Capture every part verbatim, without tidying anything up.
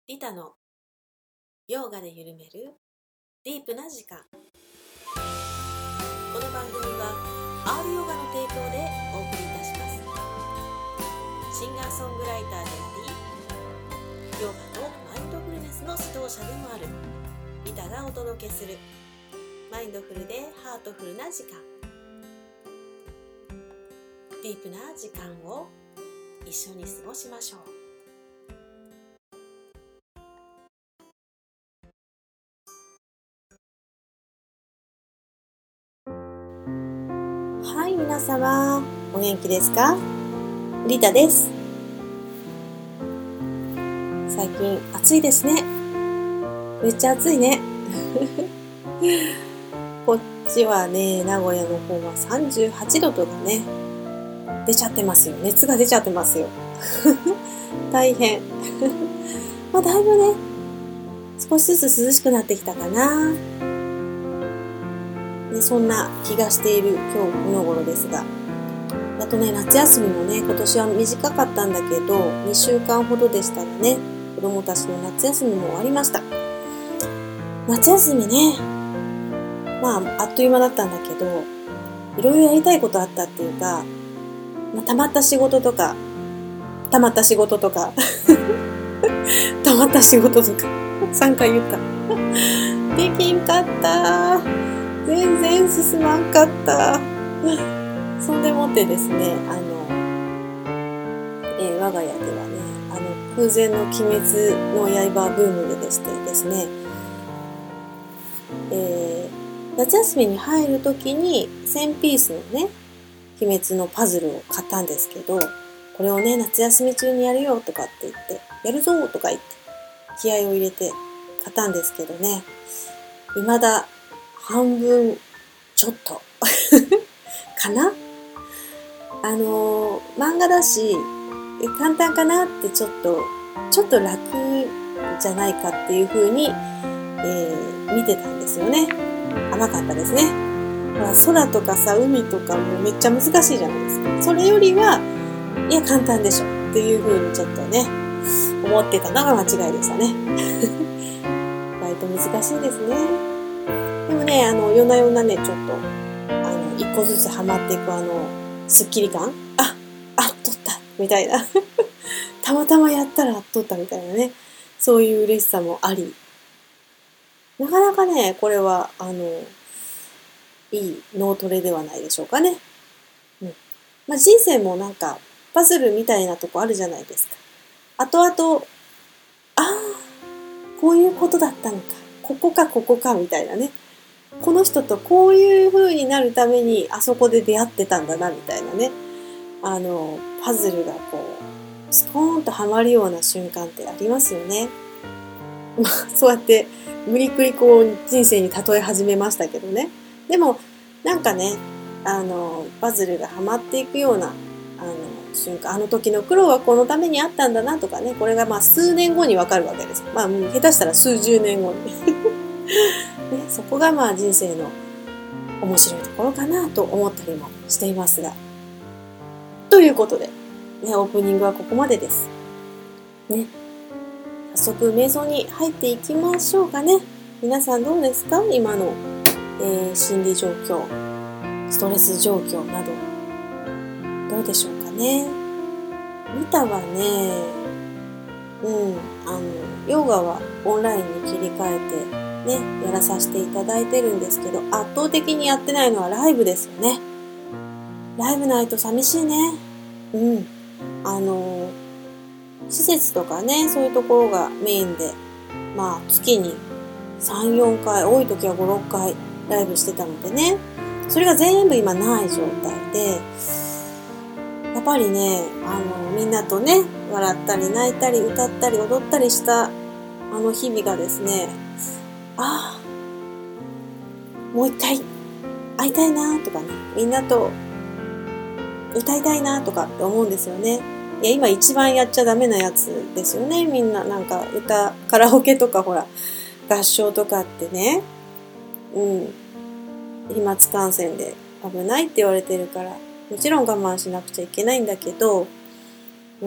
リタのヨガで緩めるディープな時間。この番組は アール ヨガの提供でお送りいたします。シンガーソングライターであり、ヨガとマインドフルネスの指導者でもあるリタがお届けするマインドフルでハートフルな時間、ディープな時間を一緒に過ごしましょう。はい、皆様お元気ですか？リタです。最近暑いですね。めっちゃ暑いね。こっちはね、名古屋の方はさんじゅうはちどとかね、出ちゃってますよ。熱が出ちゃってますよ。大変。まあだいぶね、少しずつ涼しくなってきたかな。でそんな気がしている今日この頃ですが、あとね、夏休みもね、今年は短かったんだけど、にしゅうかんほどでしたらね、子供たちの夏休みも終わりました。夏休みね、まああっという間だったんだけど、いろいろやりたいことあったっていうか、まあ、たまった仕事とか、たまった仕事とか、たまった仕事とか、さんかい言った。できんかった。全然進まんかった。そんでもってですね、あの、えー、我が家ではね、あの空前の鬼滅の刃ブームででしてですね、えー、夏休みに入るときにせんピースのね、鬼滅のパズルを買ったんですけど、これをね、夏休み中にやるよとかって言って、やるぞとか言って気合を入れて買ったんですけどね、未だ半分ちょっとかな。あのー、漫画だし簡単かなってちょっとちょっと楽じゃないかっていう風に、えー、見てたんですよね。甘かったですね。ほら、空とかさ、海とかもめっちゃ難しいじゃないですか。それよりはいや簡単でしょっていう風にちょっとね思ってたのが間違いでしたね。割と難しいですね。でもね、あの夜な夜なね、ちょっとあの一個ずつハマっていくあのスッキリ感、あ、あ、取ったみたいなたまたまやったら取ったみたいなね、そういう嬉しさもあり、なかなかね、これはあのいい脳トレではないでしょうかね。うん、まあ、人生もなんかパズルみたいなとこあるじゃないですか。後々、ああ、こういうことだったのか、ここかここかみたいなね。この人とこういう風になるためにあそこで出会ってたんだなみたいなね。あのパズルがこうスポーンとはまるような瞬間ってありますよね。まあそうやって無理くりこう人生に例え始めましたけどね。でもなんかね、あのパズルがはまっていくようなあの瞬間、あの時の苦労はこのためにあったんだなとかね、これがまあ数年後にわかるわけです。まあ下手したら数十年後にね、そこがまあ人生の面白いところかなと思ったりもしていますが、ということで、ね、オープニングはここまでです。ね、早速瞑想に入っていきましょうかね。皆さんどうですか？今の、えー、心理状況、ストレス状況などどうでしょうかね。リタはね、うん、あのヨガはオンラインに切り替えてね、やらさせていただいてるんですけど、圧倒的にやってないのはライブですよね。ライブないと寂しいね。うん。あの、施設とかね、そういうところがメインで、まあ月にさん、よんかい、多い時はご、ろっかいライブしてたのでね、それが全部今ない状態で、やっぱりね、あの、みんなとね、笑ったり泣いたり歌ったり踊ったりしたあの日々がですね、ああ、もう一回会いたいなとかね、みんなと歌いたいなとかって思うんですよね。いや、今一番やっちゃダメなやつですよね。みんななんか歌、カラオケとかほら、合唱とかってね、うん、飛沫感染で危ないって言われてるから、もちろん我慢しなくちゃいけないんだけど、 うん、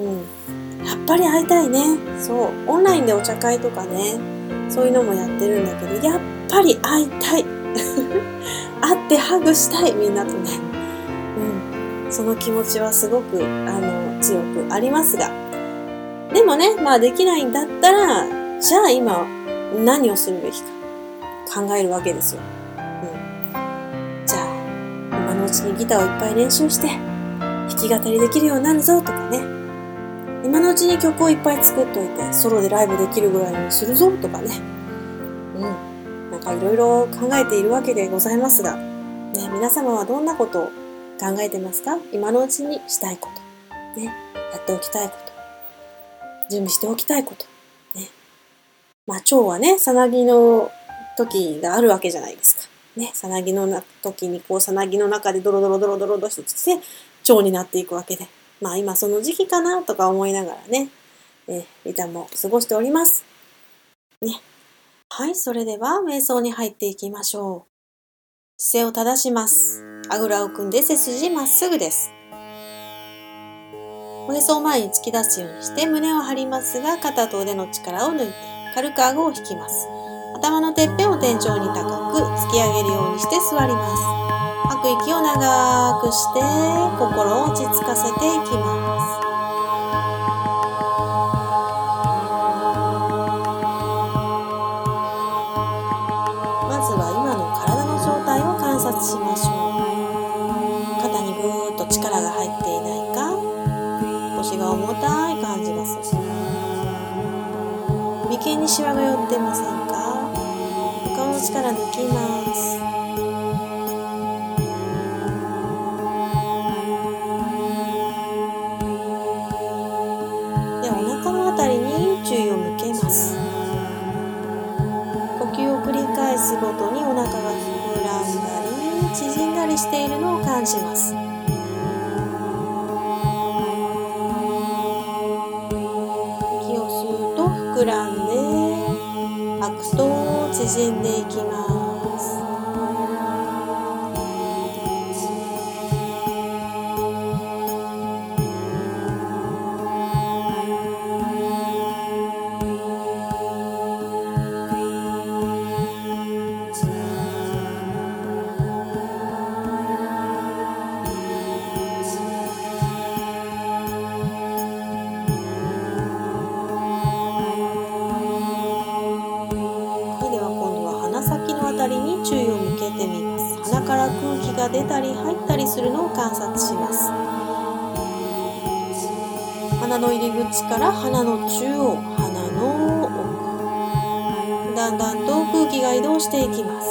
やっぱり会いたいね。そう、オンラインでお茶会とかね、そういうのもやってるんだけど、やっぱり会いたい。会ってハグしたい、みんなとね。うん、その気持ちはすごくあの強くありますが、でもね、まあできないんだったら、じゃあ今何をするべきか考えるわけですよ。うん、じゃあ今のうちにギターをいっぱい練習して弾き語りできるようになるぞとかね、今のうちに曲をいっぱい作っといてソロでライブできるぐらいにするぞとかね、うん、なんかいろいろ考えているわけでございますが、ね、皆様はどんなことを考えてますか？今のうちにしたいこと、ね、やっておきたいこと、準備しておきたいこと。ね。まあ、腸はね、さなぎの時があるわけじゃないですか。ね。さなぎのな時に、こう、さなぎの中でドロドロドロドロドロして、腸になっていくわけで。まあ、今その時期かなとか思いながらね、えリタも過ごしております。ね。はい、それでは、瞑想に入っていきましょう。姿勢を正します。あぐらを組んで背筋まっすぐです。おへそを前に突き出すようにして胸を張りますが、肩と腕の力を抜いて軽く顎を引きます。頭のてっぺんを天井に高く突き上げるようにして座ります。吐く息を長くして心を落ち着かせていきます。まずは今の体の状態を観察しましょう。肩にぐーっと力が入っていないか、腰が重たい感じがする。眉間にシワが寄ってませんか？お顔の力抜きます。で、お腹のあたりに注意を向けます。呼吸を繰り返すごとにお腹が膨らんだり縮んだりしているのを感じます。息を吸うと膨らんで、吐くと縮んでいきます。注意を向けてみます。鼻から空気が出たり入ったりするのを観察します。鼻の入り口から鼻の中央、鼻の奥、だんだんと空気が移動していきます。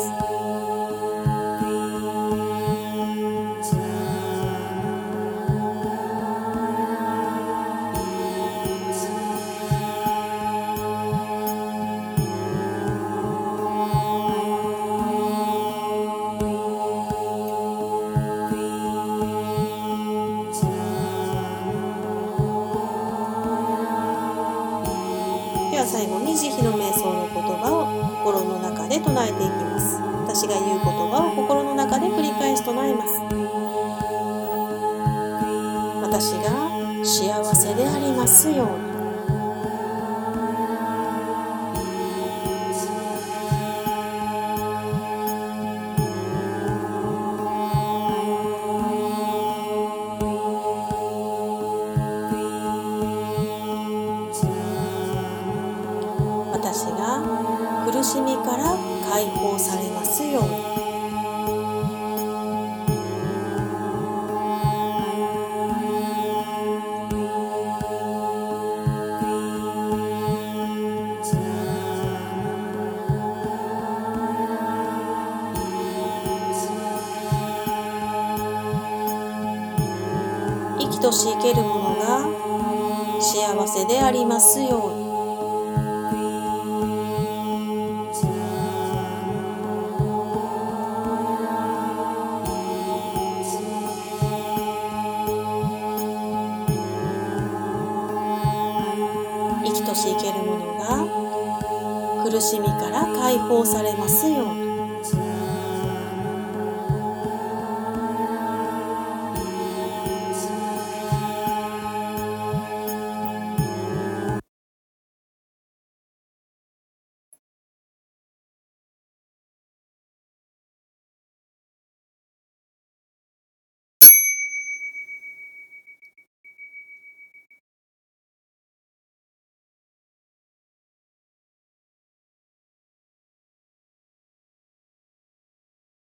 最後に慈悲の瞑想の言葉を心の中で唱えていきます。私が言う言葉を心の中で繰り返し唱えます。私が幸せでありますように。私が苦しみから解放されますように。生きとし生けるものが幸せでありますように。生きとし生けるものが苦しみから解放されますように。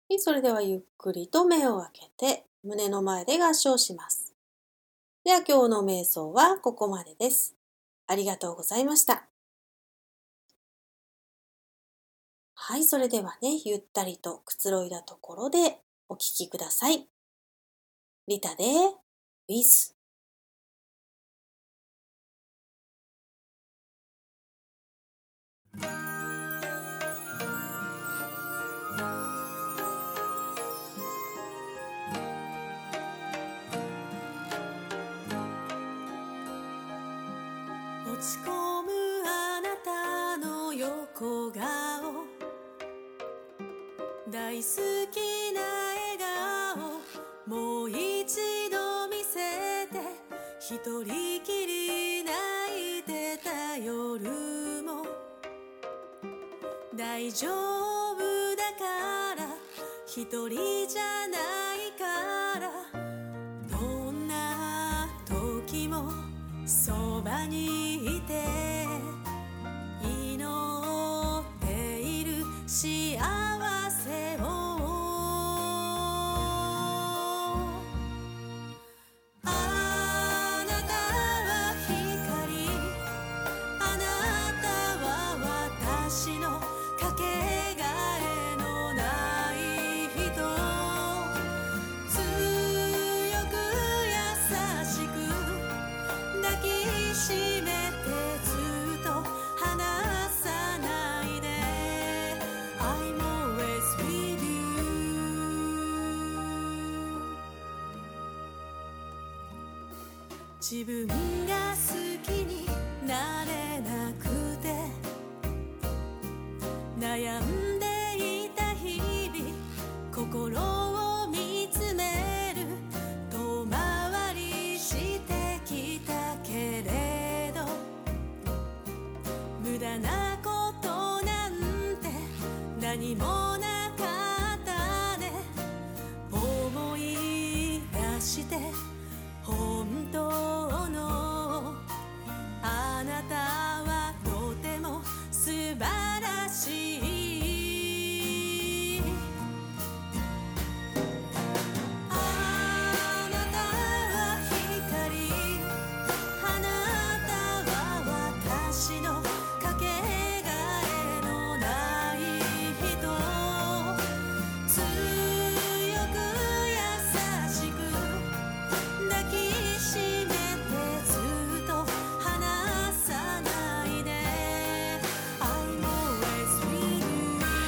それではゆっくりと目を開けて胸の前で合掌します。では今日の瞑想はここまでです。ありがとうございました。はい、それではね、ゆったりとくつろいだところでお聞きください。リタで With。 落ち込むあなたの横顔、大好きな笑顔、もう一度見せて、一人きり泣いてた夜も大丈夫だから、一人じゃないから、どんな時もそばにいて、祈っている幸せを。あなたは光、あなたは私のかけがえのない人、強く優しく抱きしめて、ずっと離さないで。 I'm always with you。 自分が好きになれなくて悩んでいた日々、心を見つめる遠回りしてきたけれど、無駄なことなんて何もなかったね。思い出して本当のあなたはとても素晴らしい。あなたは光、あなたは私のかけがえのない人、強く優しく抱きしめて、ずっと離さないで。 I'm always with you。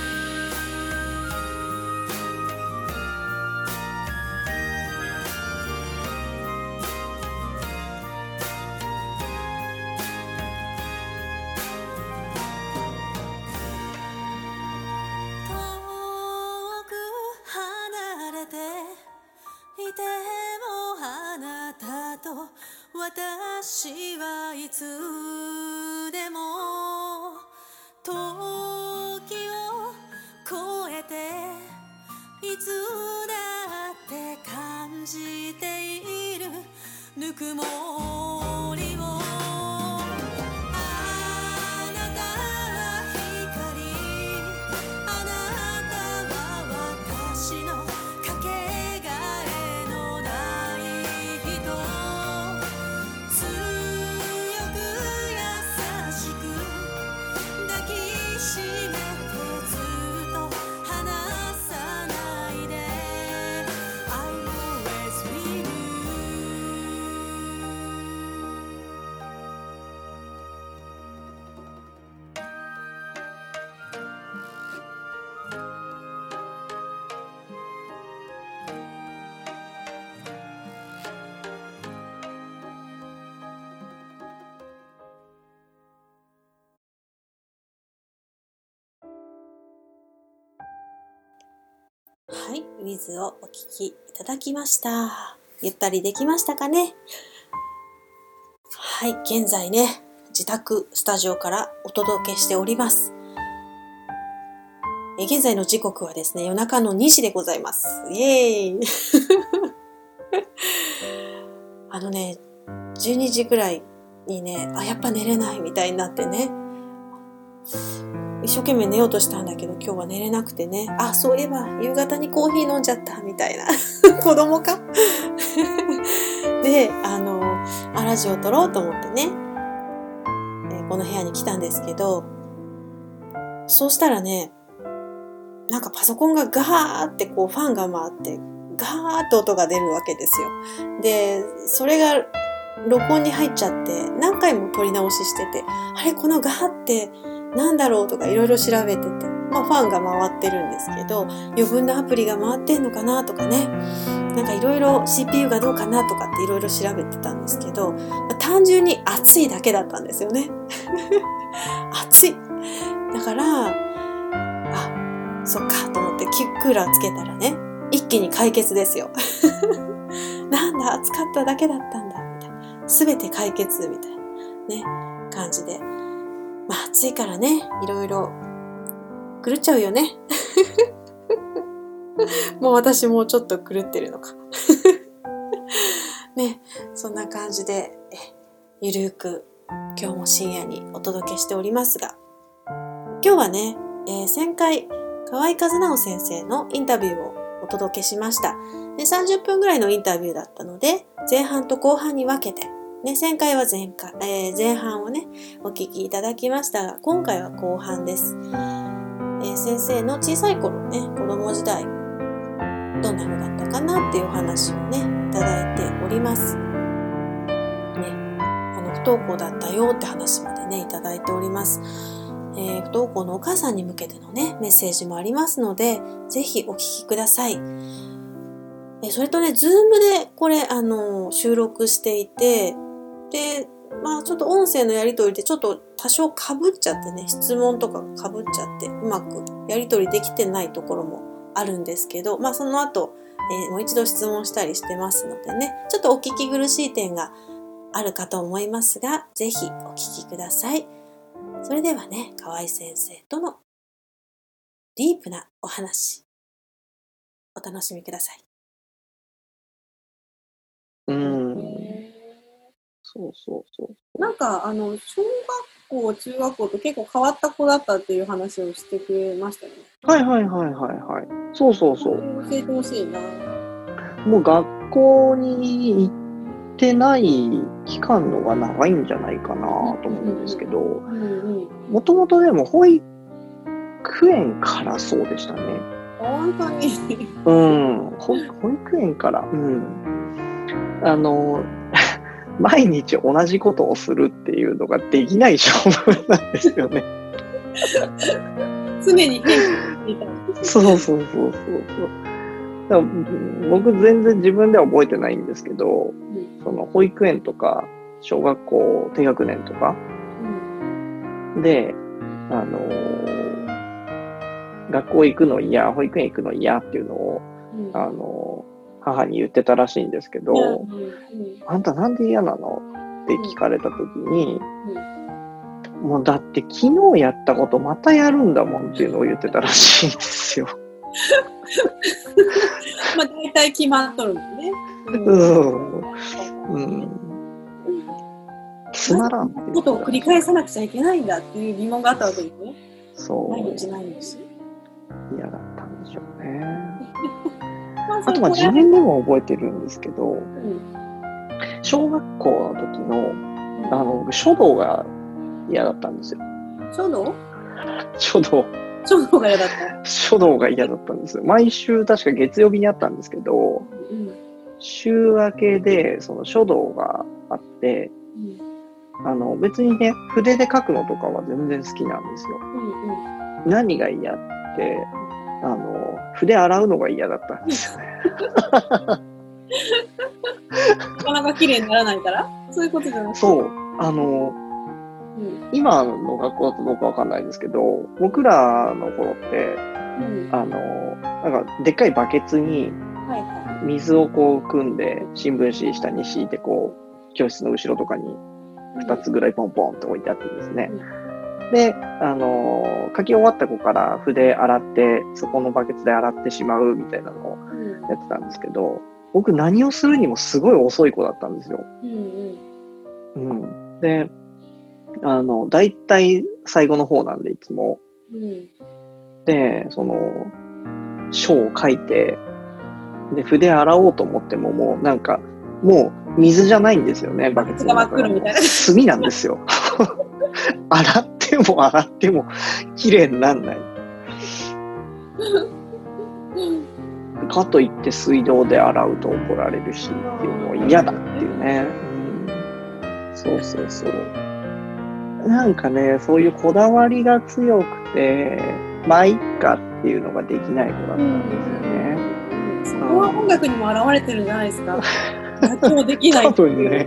遠く離れていても、あなたと私はいつでも時を越えて、いつだって感じているぬくもりを。あなたは光、あなたは私のかけがえのない人、強く優しく抱きしめて、ずっと離さないで。 I'm always with you。 はい、With をお聞きいただきました。ゆったりできましたかね。はい、現在ね、自宅スタジオからお届けしております。え現在の時刻はですね、夜中のにじでございます。イエーイあのね、じゅうにじぐらいにね、あ、やっぱ寝れないみたいになってね、 一生懸命寝ようとしたんだけど今日は寝れなくてね、あ、そういえば夕方にコーヒー飲んじゃったみたいな子供かで、あのあラジオ撮ろうと思ってね、えーこの部屋に来たんですけど、そうしたらね、なんかパソコンがガーってこうファンが回ってガーって音が出るわけですよ。で、それが録音に入っちゃって何回も撮り直ししてて、あれこのガーってなんだろうとかいろいろ調べてて、まあファンが回ってるんですけど、余分なアプリが回ってんのかなとかね、なんかいろいろ シーピーユー がどうかなとかっていろいろ調べてたんですけど、まあ単純に暑いだけだったんですよね。暑い。だから、あ、そっかと思ってクーラーつけたらね、一気に解決ですよ。なんだ、暑かっただけだったんだみたいな、すべて解決みたいなね感じで、まあ暑いからね、いろいろ狂っちゃうよね。もう私もちょっと狂ってるのか。ね、そんな感じでえゆるーく今日も深夜にお届けしておりますが、今日はね、えー、先回河合和直先生のインタビューをお届けしました。で、さんじゅっぷんぐらいのインタビューだったので、前半と後半に分けて、ね、前回は前回、えー、前半をね、お聞きいただきましたが、今回は後半です。えー、先生の小さい頃ね、子供時代、どんな風だったかなっていうお話をね、いただいております。ね、あの、不登校だったよって話までね、いただいております。えー、不登校のお母さんに向けてのね、メッセージもありますので、ぜひお聞きください。えー、それとね、ズームでこれ、あのー、収録していて、で、まあちょっと音声のやり取りでちょっと多少被っちゃってね、質問とかが被っちゃって、うまくやり取りできてないところもあるんですけど、まあその後、えー、もう一度質問したりしてますのでね、ちょっとお聞き苦しい点があるかと思いますが、ぜひお聞きください。それではね、河合先生とのディープなお話、お楽しみください。 うーん。そうそうそう。 なんか、あの、小学校、中学校と結構変わった子だったっていう話をしてくれましたよね。 はいはいはいはいはい。そうそうそう。 教えてほしいな。 もう学校に行ってない期間のが長いんじゃないかなと思うんですけど、もともとでも保育園からそうでしたね。 本当にうん。保育園から、うん。あの、毎日同じことをするっていうのができない性分なんですよね。 常に変化していた。 そうそうそうそうそう。だから僕全然自分では覚えてないんですけど、うん、その保育園とか小学校低学年とか、うん、で、あのー、学校行くの嫌、保育園行くの嫌っていうのを、うん、あのー、母に言ってたらしいんですけど、うんうん、あんたなんで嫌なのって聞かれたときに、うんうん、もうだって昨日やったことまたやるんだもんっていうのを言ってたらしいんですよ。 まあ大体決まっとるもんね。 うん。うん。つまらんっていうことを繰り返さなくちゃいけないんだっていう疑問があったわけですね。 そう。 毎日毎日。 嫌だったんでしょうね。あとは自分でも覚えてるんですけど、うん、小学校の時の、うん、あの書道が嫌だったんですよ。 書道？ 書道。 書道が嫌だった。 書道が嫌だったんですよ。毎週確か月曜日にあったんですけど、うん、週明けでその書道があって、うん、あの別にね筆で書くのとかは全然好きなんですよ。うんうん、何が嫌って。あの筆洗うのが嫌だったんですよね。 なかなか綺麗にならないからそういうことじゃなくて。 そう。あの、うん、今の学校だとどうかわかんないですけど、僕らの頃って、うん、あの、なんかでっかいバケツに水をこう汲んで新聞紙下に敷いてこう教室の後ろとかにふたつぐらいポンポンって置いてあってですね。うんで、あのー、書き終わった子から筆洗って、そこのバケツで洗ってしまうみたいなのをやってたんですけど、うん、僕何をするにもすごい遅い子だったんですよ。うんうん。うん。で、あの、だいたい最後の方なんでいつも、 うんで、その、書を書いて、で、筆洗おうと思ってももうなんか、もう水じゃないんですよね、バケツの中が。墨なんですよ。洗っても洗っても綺麗になんない。かといって水道で洗うと怒られるしっていうのは嫌だっていうね。うん、そうそうそう。なんかね、そういうこだわりが強くて、まあいっかっていうのができない子だったんですよね。 うん、そこは音楽にも表れてるんじゃないですか。妥協できない。 多分ね。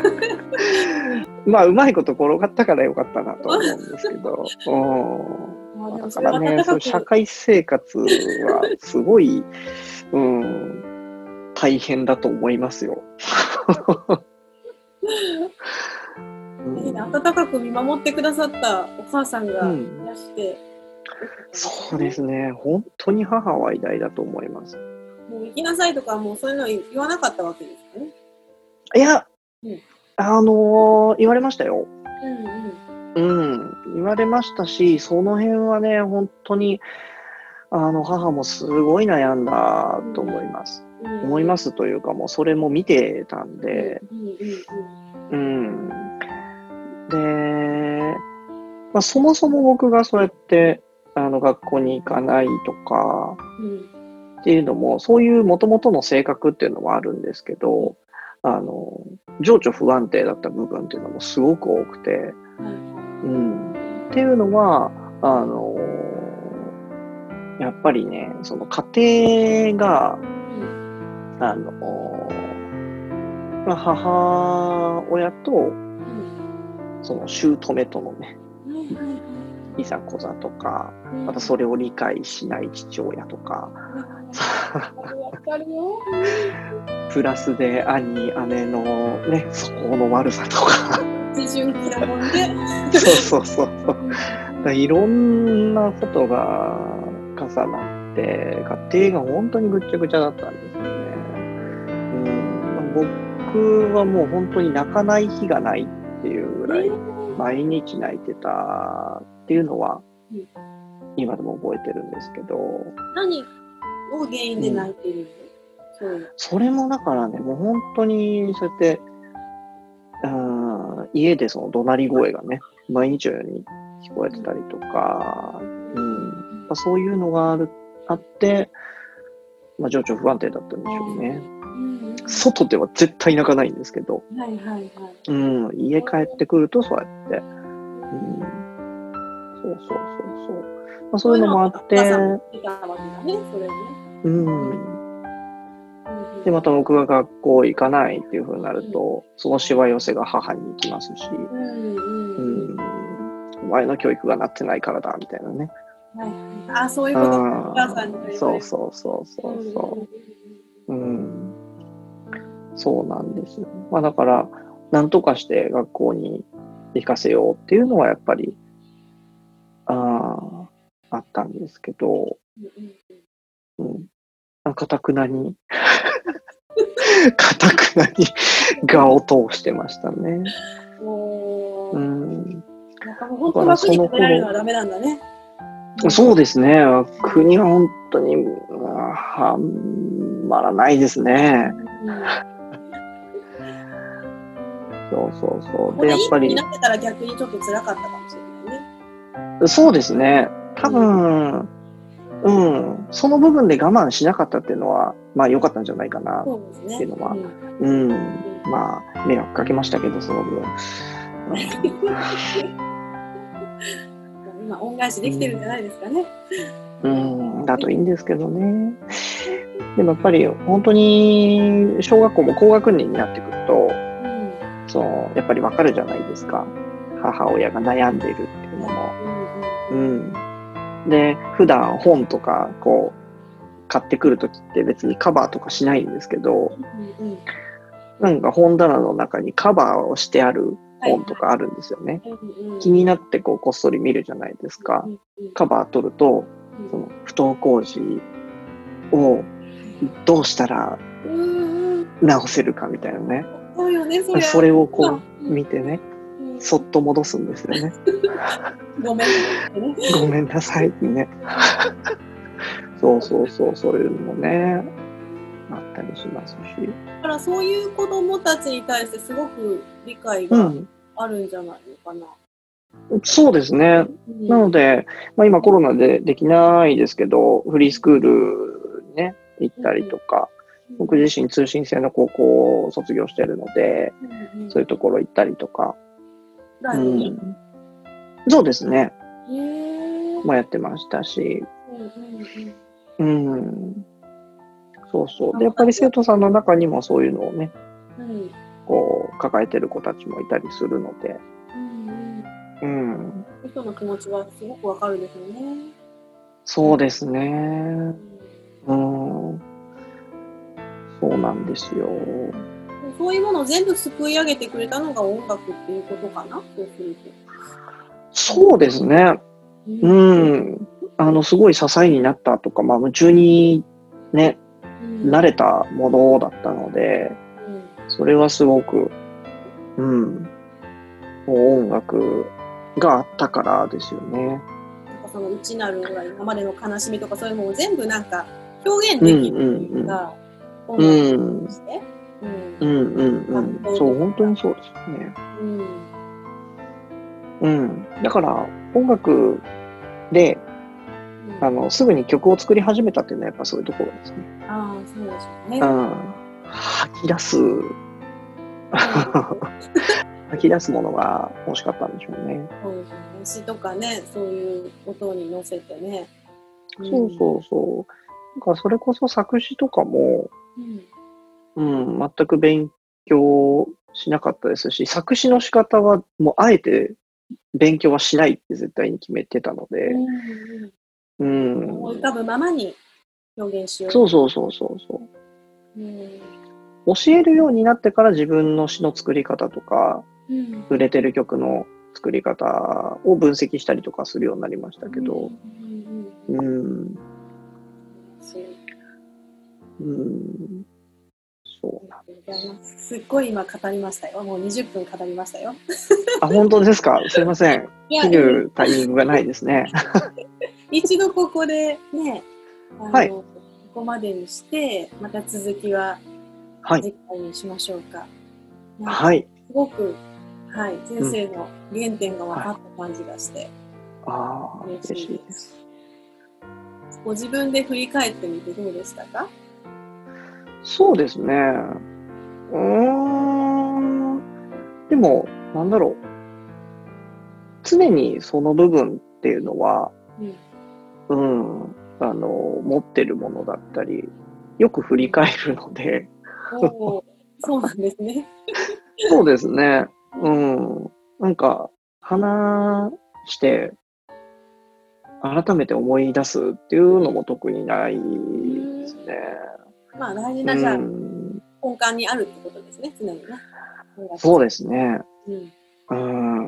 まあうまいこと転がったからよかったなと思うんですけど。うん、だからね、そう社会生活はすごい、うん、大変だと思いますよ。 うん、温かく見守ってくださったお母さんがいらして、うん、 そうですね。本当に母は偉大だと思います。 もう行きなさいとかもうそういうの言わなかったわけですかね。 いや、うん、あのー、言われましたよ。 うんうん。 うん、言われましたし、その辺はね、本当に、あの、母もすごい悩んだと思います。うんうん、思いますというか、もうそれも見てたんで、うん。で、まあ、そもそも僕がそうやって、あの、学校に行かないとか、っていうのも、そういう元々の性格っていうのもあるんですけど、あの、情緒不安定だった部分っていうのもすごく多くて、うん。っていうのは、あの、やっぱりね、その家庭が、あの、まあ、母親と、その姑とのね、いざこざとか、またそれを理解しない父親とか、プラスで兄、姉のね、素行の悪さとか。 思春期だもんね。 そうそうそうそう。だいろんなことが重なって、家庭が本当にぐっちゃぐちゃだったんですよね。うん、僕はもう本当に泣かない日がないっていうぐらい、毎日泣いてたっていうのは、今でも覚えてるんですけど。 何を原因で泣いてるの？ うん、それもだからね、もう本当にそうやって、うん、家でその怒鳴り声がね、毎日のように聞こえてたりとか、うん、まあ、そういうのがあるあって、まあ、情緒不安定だったんでしょうね。うん、外では絶対泣かないんですけど、 はいはいはい、 うん、家帰ってくるとそうやって、うん、そうそうそうそう、まあ、そういうのもあって、うん。で、また僕が学校行かないっていう風になると、そのしわ寄せが母に行きますし、うんうん、お前の教育がなってないからだ、みたいなね。 はいはい、あ、そういうことか、お母さんに言われる。 そうそうそうそうそう。うん。そうなんですよ。まあだから、なんとかして学校に行かせようっていうのはやっぱり、ああ、あったんですけど、うん。かたくなに、かたくなに我を通してましたね。 おー。 うん。 だから楽に食べられるのはダメなんだね。 そうですね。国は本当に、はまらないですね。うん、そうそうそう。 で、やっぱり。いい子になってたら逆にちょっと辛かったかもしれないね。 そうですね。多分、うん、その部分で我慢しなかったっていうのは、まあ良かったんじゃないかなっていうのは、う、ね、うん、うん、まあ迷惑かけましたけど、その分。 今恩返しできてるんじゃないですかね。 うん、だといいんですけどね。でもやっぱり本当に小学校も高学年になってくると、うん、そうやっぱりわかるじゃないですか。母親が悩んでるっていうのも。うん。で、普段本とかこう買ってくるときって別にカバーとかしないんですけど、うんうん、なんか本棚の中にカバーをしてある本とかあるんですよね。はいはい、気になってこうこっそり見るじゃないですか。カバー取ると、その不登校児をどうしたら直せるかみたいなね。 そうよね、それ。 それをこう見てね。 そっと戻すんですよね。 ごめんね。 ごめんなさいってね。そうそうそう、そういうのもね、あったりしますし。 だからそういう子供たちに対してすごく理解がうん、 あるんじゃないのかな。 そうですね。 うん、 なので、まあ、今コロナでできないですけど、フリースクールにね、行ったりとか、僕自身通信制の高校を卒業してるので、 うんうん、 そういうところ行ったりとか。 ライブに、 うん、そうですね。 へー、 もやってましたし。 うんうんうん、 うん。そうそう。で、やっぱり生徒さんの中にもそういうのをね、 うん、 こう、抱えてる子たちもいたりするので。 うんうん、 うん。 そういう人の気持ちはすごくわかるですよね。 そうですね。うん。そうなんですよ。 そういうものを全部すくい上げてくれたのが音楽っていうことかな、そうすると。 そうですね。 ううん。あの、すごい支えになったとか、まあ、夢中にね、 うん慣れたものだったので、それはすごく、うん。音楽があったからですよね。 なんかその内なる今までの悲しみとかそういうものを全部なんか表現できるっていうか、 うんうんうん。 音楽として。 うんうんうん。そう、本当にそうですよね。 うん。 うん。だから、音楽で、 うん、 あの、すぐに曲を作り始めたっていうのはやっぱそういうところですね。 ああ、そうでしょうね。 うん。吐き出す、吐き出すものが欲しかったんでしょうね。 そうですね。詩とかね、そういう音に乗せてね。 うん、そうそうそう。だからそれこそ作詞とかも、うん、うん、全く勉強しなかったですし、作詞の仕方はもうあえて勉強はしないって絶対に決めてたので、うん。 思い浮かぶままに表現しよう。 そうそうそうそうそう。うん、教えるようになってから自分の詩の作り方とか、うん、売れてる曲の作り方を分析したりとかするようになりましたけど、うん。うん。うんそうなんです。 すっごい今語りましたよ。もうにじゅっぷん語りましたよ。 あ、本当ですか。すいません。切るタイミングがないですね。 一度ここでね、あの、はい、ここまでにして、また続きは次回にしましょうか。 はい。 すごく、はい、先生の原点が分かった感じがして。はい、 ああ、嬉しいです。 ご自分で振り返ってみてどうでしたか？ そうですね。うーん。でも、なんだろう。常にその部分っていうのは、うん、うん、あの、持ってるものだったり、よく振り返るので。 おそうなんですね。 そうですね。うん。なんか、話して、改めて思い出すっていうのも特にないですね。 まあ大事なじゃあ、根幹にあるってことですね、常にね。 そうですね。 うん。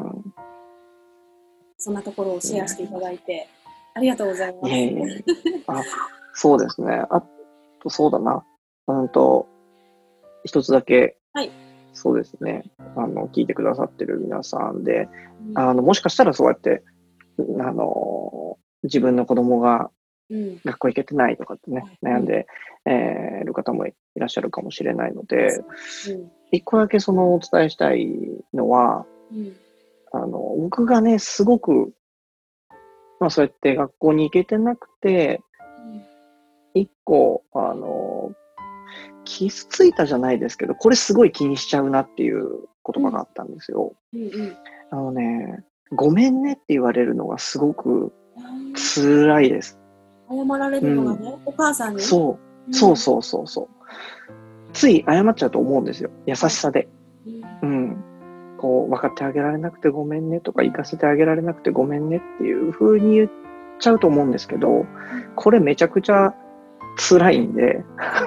うん、そんなところをシェアしていただいて、ありがとうございます。 いえいえ。あ、そうですね。あと、そうだな。うんと、一つだけ、 はい、 そうですね。あの、聞いてくださってる皆さんで、うん、あの、もしかしたらそうやって、あの、自分の子供が学校行けてないとかってね、うん、悩んで、えー、いる方もいらっしゃるかもしれないので、うん、一個だけそのお伝えしたいのは、うん、あの、僕がね、すごく、まあそうやって学校に行けてなくて、一個、あの、傷ついたじゃないですけど、これすごい気にしちゃうなっていう言葉があったんですよ。うんうん、あのね、ごめんねって言われるのがすごく辛いです。 謝られるのがね、うん、お母さんに。 そう、そうそうそうそう。つい謝っちゃうと思うんですよ。優しさで。うん。うん、こう、分かってあげられなくてごめんねとか、行かせてあげられなくてごめんねっていう風に言っちゃうと思うんですけど、これめちゃくちゃ辛いんで、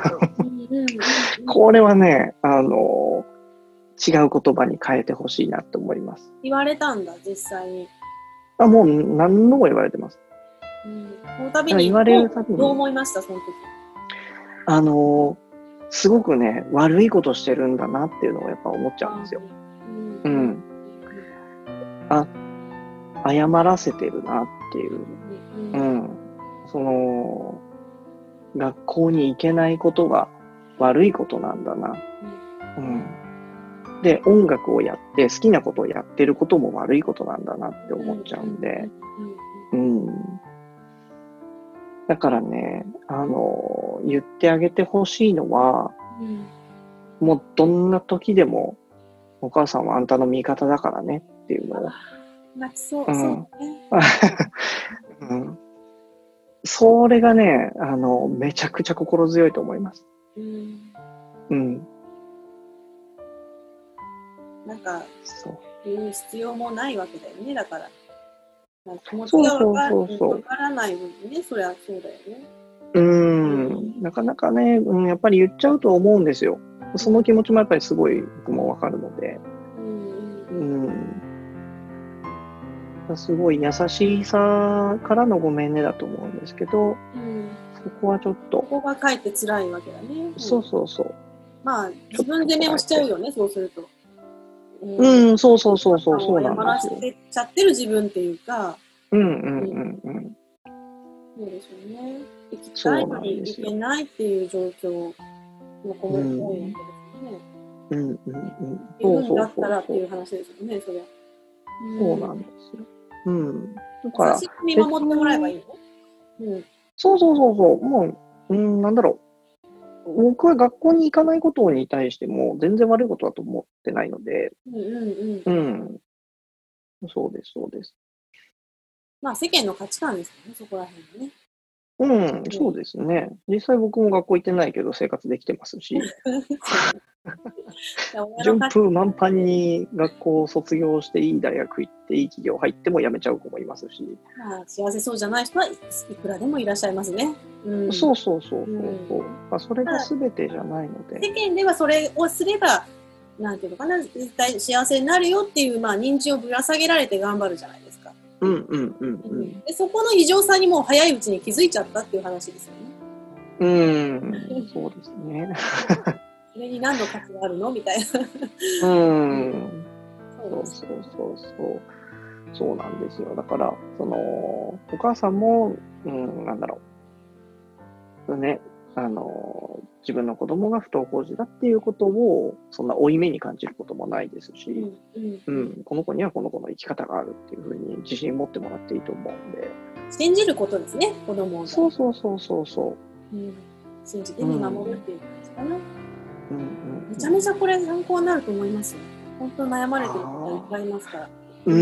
これはね、あの、違う言葉に変えてほしいなって思います。 言われたんだ、実際に。 あ、もう何度も言われてます。 うん、その度に言われるたびにどう思いました、その時。 あの、すごくね、悪いことしてるんだなっていうのをやっぱ思っちゃうんですよ。うん。うん、 あ、謝らせてるなっていう。 うんうん。その、学校に行けないことが悪いことなんだな。うん。で、音楽をやって好きなことをやってることも悪いことなんだなって思っちゃうんで。うん。だからね、あの、言ってあげてほしいのは、 うん、 もうどんな時でもお母さんはあんたの味方だからねっていうのを。 泣きそう、 うん、 そうね。 うん。それがね、あの、めちゃくちゃ心強いと思います。 うん。 うん。 なんか、 そう言う必要もないわけだよね、だから。気持ちそうがわかそうそうそう。 わからない分ね、そりゃそうだよね。 うーん、なかなかね、うん、やっぱり言っちゃうと思うんですよ。その気持ちもやっぱりすごい僕もわかるので。 うん。 うん。すごい優しさからのごめんねだと思うんですけど、 うん、 そこはちょっと。 ここがかえって辛いわけだね。 そうそうそう。 まあ、自分責めをしちゃうよね、そうすると。 うん、うん、そうそうそうそう、そうなんですよ。 謝らせちゃってる自分っていうか。 うんうんうんうん。 そうでしょうね。行きたいのに行けないっていう状況の子も多いわけですよね。 うんうんうん。 行くんだったらっていう話ですよね、そりゃ。 そうなんですよ。うん。だから、 優しく見守ってもらえばいいの？うん。 そうそうそうそう。もう、うん、なんだろう。僕は学校に行かないことに対しても全然悪いことだと思ってないので。 うんうんうん。 うん。そうです、そうです。 まあ世間の価値観ですよね、そこら辺はね。 うん、そうですね。実際僕も学校行ってないけど生活できてますし。順風満帆に学校を卒業していい大学行っていい企業入っても辞めちゃう子もいますし。 まあ幸せそうじゃない人はいくらでもいらっしゃいますね。うん、 そうそうそうそうそう、うんまあ、それが全てじゃないので。 世間ではそれをすれば、なんていうのかな、絶対幸せになるよっていう、まあ、認知をぶら下げられて頑張るじゃないですか。 うんうんうんうん。 でそこの異常さにも早いうちに気づいちゃったっていう話ですよね。 うん、そうですね。 それに何の価値があるのみたいな。 うん。そうそうそうそう。そうなんですよ。だから、その、お母さんも、うん、なんだろう。ね、あの、自分の子供が不登校児だっていうことを、そんな負い目に感じることもないですし、うん、うん、この子にはこの子の生き方があるっていうふうに自信持ってもらっていいと思うんで。 信じることですね、子供を。 そうそうそうそうそう。 うん、信じて見守るっていう感じかな。うんうんうん、 めちゃめちゃこれ参考になると思いますよ。本当悩まれてる方いっぱいいますから。 うん、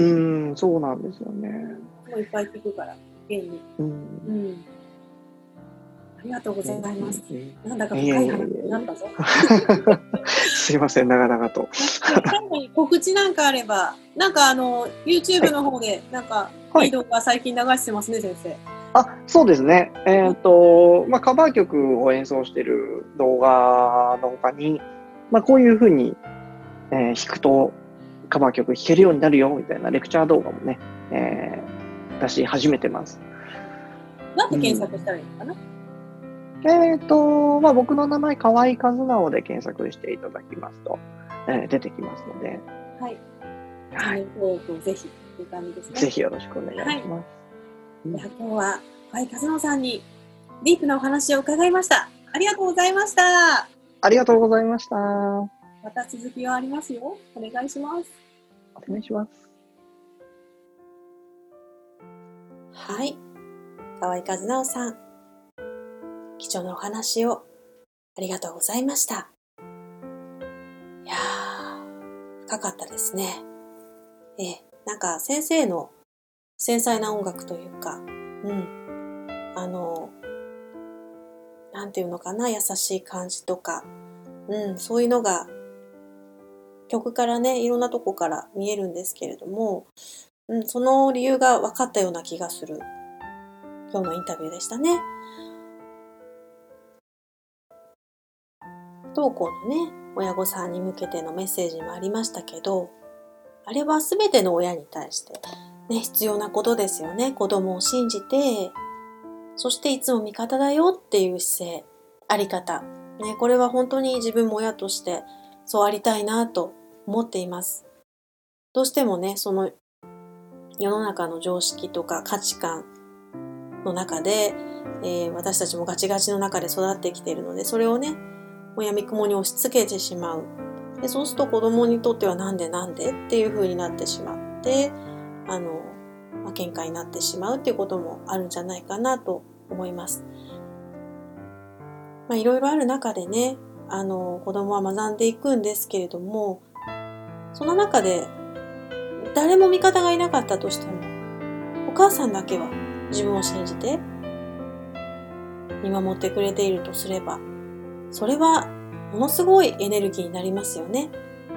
うんそうなんですよね。 もういっぱい聞くから、現に。うん。うんありがとうございます。うん、なんだか深い話になったぞ。 すいません、長々と。 最後に告知なんかあれば、なんかあの、YouTube の方で、なんか、いい動画最近流してますね、先生。 あ、そうですね。えっと、まあ、カバー曲を演奏している動画の他に、まあ、こういうふうに、えー、弾くとカバー曲弾けるようになるよ、みたいなレクチャー動画もね、えー、出し始めてます。 なんで検索したらいいのかな？ えっと、まあ、僕の名前、河合和直で検索していただきますと、えー、出てきますので。 はい。 はい。 ぜひ、という感じですね。 ぜひよろしくお願いします。はい、 今日は、河合和直さんにディープなお話を伺いました。ありがとうございました。 ありがとうございました。 また続きがありますよ。お願いします。 お願いします。 はい。河合和直さん。貴重なお話をありがとうございました。いやー、深かったですね。ええ、なんか先生の繊細な音楽というか、うん、あの、なんていうのかな、優しい感じとか、うん、そういうのが曲からね、いろんなとこから見えるんですけれども、うん、その理由が分かったような気がする今日のインタビューでしたね。不登校のね、親御さんに向けてのメッセージもありましたけど、あれは全ての親に対して、ね、必要なことですよね。子供を信じて、そしていつも味方だよっていう姿勢、あり方。ね、これは本当に自分も親としてそうありたいなと思っています。どうしてもね、その世の中の常識とか価値観の中で、えー、私たちもガチガチの中で育ってきているので、それをね、もうやみくもに押し付けてしまう。でそうすると子供にとってはなんでなんでっていう風になってしまって、あの、まあ、喧嘩になってしまうっていうこともあるんじゃないかなと思います。まあいろいろある中でね、あの、子供は学んでいくんですけれども、その中で誰も味方がいなかったとしても、お母さんだけは自分を信じて見守ってくれているとすれば、それはものすごいエネルギーになりますよね。うん、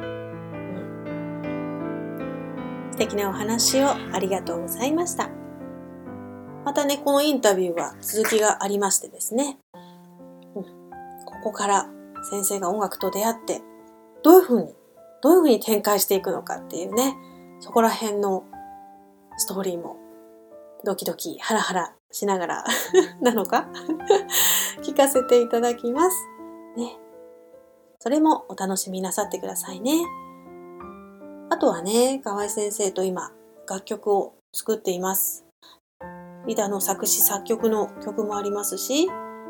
素敵なお話をありがとうございました。またね、このインタビューは続きがありましてですね、うん、ここから先生が音楽と出会って、どういうふうに、どういうふうに展開していくのかっていうね、そこら辺のストーリーもドキドキハラハラしながらなのか聞かせていただきます。ね。それもお楽しみなさってくださいね。あとはね、河合先生と今楽曲を作っています。リタの作詞作曲の曲もありますし、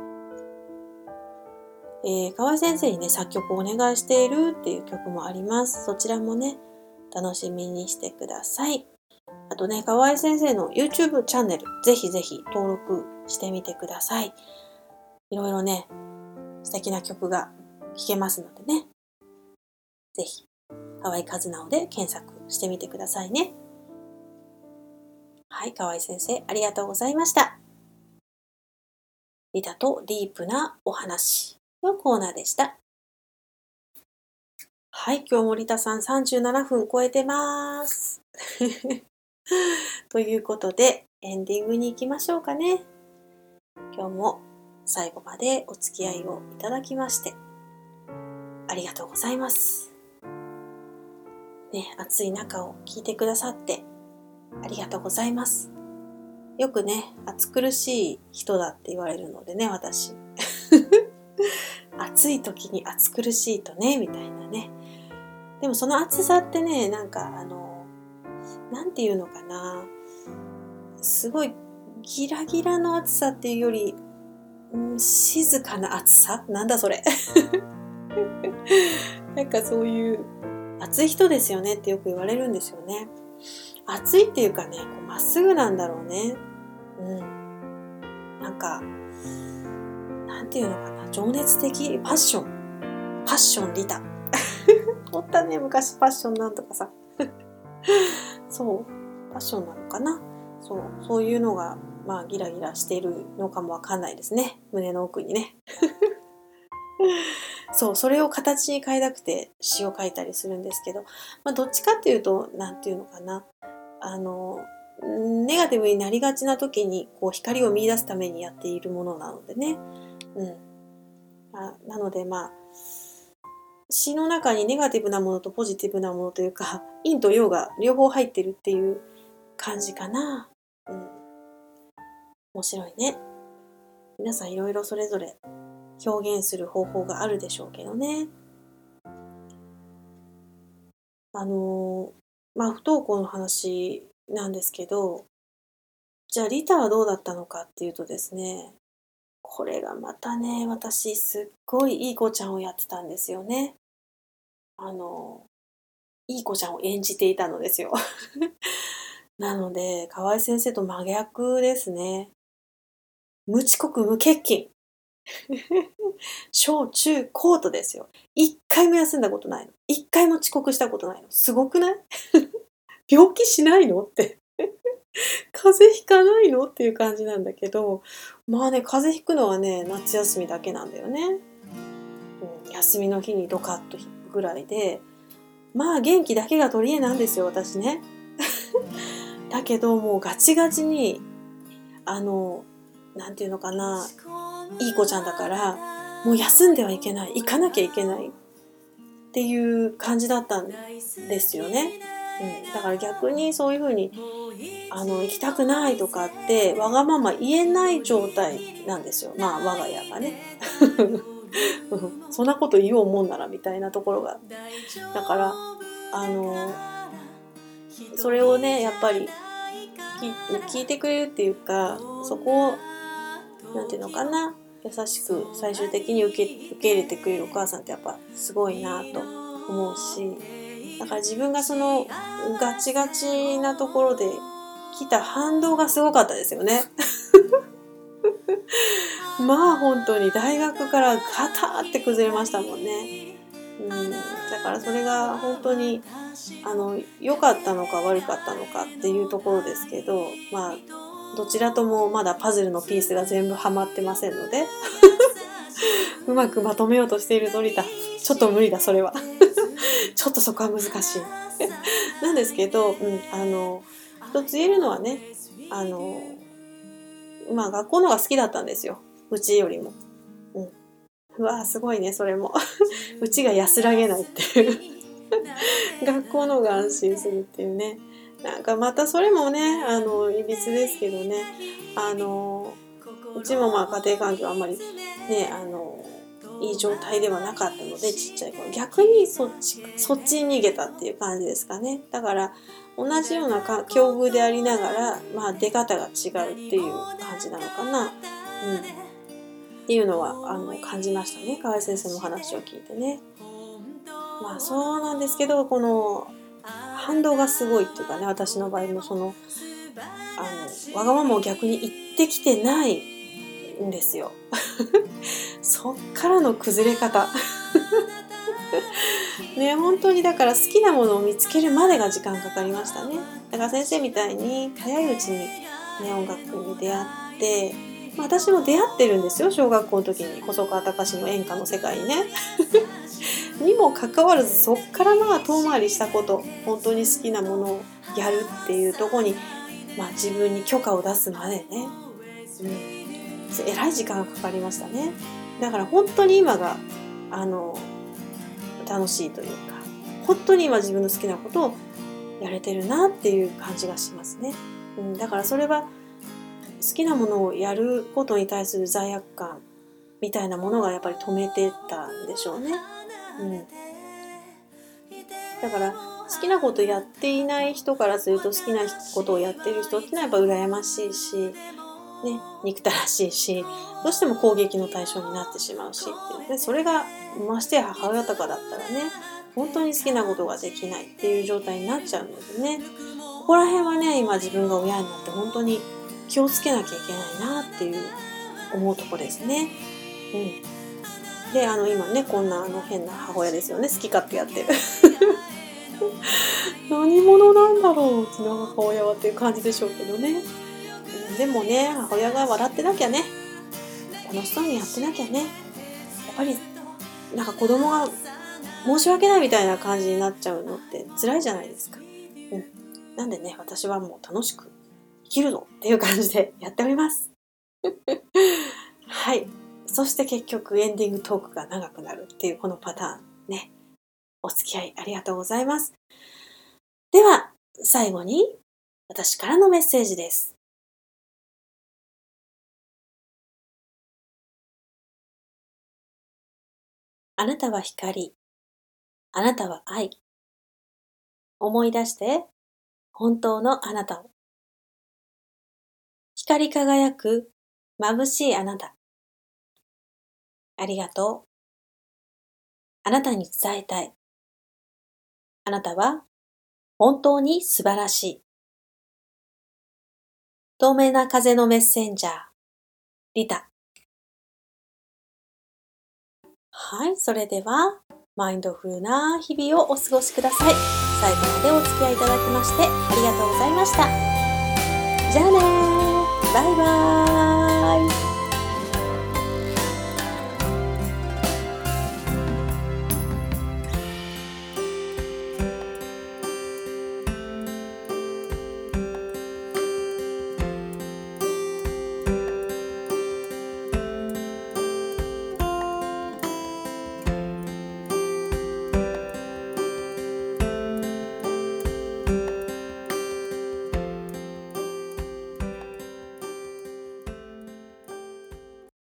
えー、河合先生にね、作曲をお願いしているっていう曲もあります。そちらもね、楽しみにしてください。あとね、河合先生の YouTube チャンネル、ぜひぜひ登録してみてください。いろいろね、素敵な曲が聴けますのでね。ぜひ、河合和直で検索してみてくださいね。はい、河合先生、ありがとうございました。リタとディープなお話のコーナーでした。はい、今日もリタさんさんじゅうななふん超えてます。ということで、エンディングに行きましょうかね。今日も最後までお付き合いをいただきまして、ありがとうございます。ね、暑い中を聞いてくださって、ありがとうございます。よくね、暑苦しい人だって言われるのでね、私。暑い時に暑苦しいとね、みたいなね。でもその暑さってね、なんかあの、なんていうのかな。すごいギラギラの暑さっていうより、うん、静かな暑さ？なんだそれ。なんかそういう暑い人ですよねってよく言われるんですよね。暑いっていうかね、こうまっすぐなんだろうね。うん。なんか、なんていうのかな、情熱的パッション。パッションリタ。おったね、昔パッションなんとかさ。そう、パッションなのかな。そう、そういうのが、まあギラギラしているのかもわかんないですね。胸の奥にね。そう、それを形に変えたくて詩を書いたりするんですけど、まあどっちかっていうと、なんていうのかな。あの、ネガティブになりがちな時にこう光を見出すためにやっているものなのでね。うん。あ、なのでまあ、詩の中にネガティブなものとポジティブなものというか、陰と陽が両方入ってるっていう感じかな。うん。面白いね。皆さんいろいろそれぞれ表現する方法があるでしょうけどね。あの、まあ不登校の話なんですけど、じゃあリタはどうだったのかっていうとですね、これがまたね、私すっごいいい子ちゃんをやってたんですよね。あの、いい子ちゃんを演じていたのですよ。なので、河合先生と真逆ですね。無遅刻無欠勤。小中高とですよ。一回も休んだことないの。一回も遅刻したことないの。すごくない？病気しないのって。風邪ひかないのっていう感じなんだけど、まあね、風邪ひくのはね、夏休みだけなんだよね。うん、休みの日にドカッとひくぐらいで、まあ元気だけが取り柄なんですよ、私ね。だけどもうガチガチに、あの、なんていうのかな、いい子ちゃんだから、もう休んではいけない、行かなきゃいけないっていう感じだったんですよね。うん、だから逆にそういう風にあの行きたくないとかってわがまま言えない状態なんですよ。まあ我が家がね。そんなこと言おうもんならみたいなところが。だからあのそれをねやっぱり聞いてくれるっていうか、そこをなんていうのかな、優しく最終的に受け、受け入れてくれるお母さんってやっぱすごいなと思うし、だから自分がそのガチガチなところで来た反動がすごかったですよね。まあ本当に大学からガターって崩れましたもんね。うん、だからそれが本当にあの良かったのか悪かったのかっていうところですけど、まあどちらともまだパズルのピースが全部はまってませんのでうまくまとめようとしているゾリタ、ちょっと無理だそれはちょっとそこは難しいなんですけど、うん、あの一つ言えるのはね、あのまあ学校の方が好きだったんですよ、うちよりも。うん、うわーすごいねそれもうちが安らげないっていう学校の方が安心するっていうね。なんかまたそれもね、あのいびつですけどね、あのうちもまあ家庭環境あんまりね、あのいい状態ではなかったので、ちっちゃい頃逆にそっちそっちに逃げたっていう感じですかね。だから同じようなか境遇でありながら、まあ出方が違うっていう感じなのかな、うん、っていうのはあの感じましたね、河合先生のお話を聞いてね。まあそうなんですけど、この反動がすごいっていうかね、私の場合もそのあのわがままを逆に言ってきてないんですよそっからの崩れ方ね、本当にだから好きなものを見つけるまでが時間かかりましたね。だから先生みたいに早いうちに、ね、音楽に出会って、まあ、私も出会ってるんですよ、小学校の時に細川たかしの演歌の世界にねにもかかわらず、そっからまあ遠回りしたこと、本当に好きなものをやるっていうところに、まあ、自分に許可を出すまでね、うん、えらい時間がかかりましたね。だから本当に今があの楽しいというか、本当に今自分の好きなことをやれてるなっていう感じがしますね、うん、だからそれは好きなものをやることに対する罪悪感みたいなものがやっぱり止めてたんでしょうね、うん、だから好きなことやっていない人からすると、好きなことをやっている人ってのはやっぱ羨ましいし、ね、憎たらしいし、どうしても攻撃の対象になってしまうしっていう、でそれがましてや母親とかだったらね、本当に好きなことができないっていう状態になっちゃうのでね、ここら辺はね、今自分が親になって本当に気をつけなきゃいけないなっていう思うとこですね。うん、で、あの今ね、こんなあの変な母親ですよね、好き勝手やってる何者なんだろう、うちの母親はっていう感じでしょうけどね。でもね、母親が笑ってなきゃね、楽しそうにやってなきゃね、やっぱりなんか子供が申し訳ないみたいな感じになっちゃうのって辛いじゃないですか、うん、なんでね、私はもう楽しく生きるぞっていう感じでやっておりますはい。そして結局エンディングトークが長くなるっていうこのパターンね、お付き合いありがとうございます。では最後に私からのメッセージです。あなたは光、あなたは愛。思い出して本当のあなたを。光り輝く眩しいあなた。ありがとう。あなたに伝えたい。あなたは本当に素晴らしい。透明な風のメッセンジャー、リタ。はい、それではマインドフルな日々をお過ごしください。最後までお付き合いいただきましてありがとうございました。じゃあねー、バイバーイ。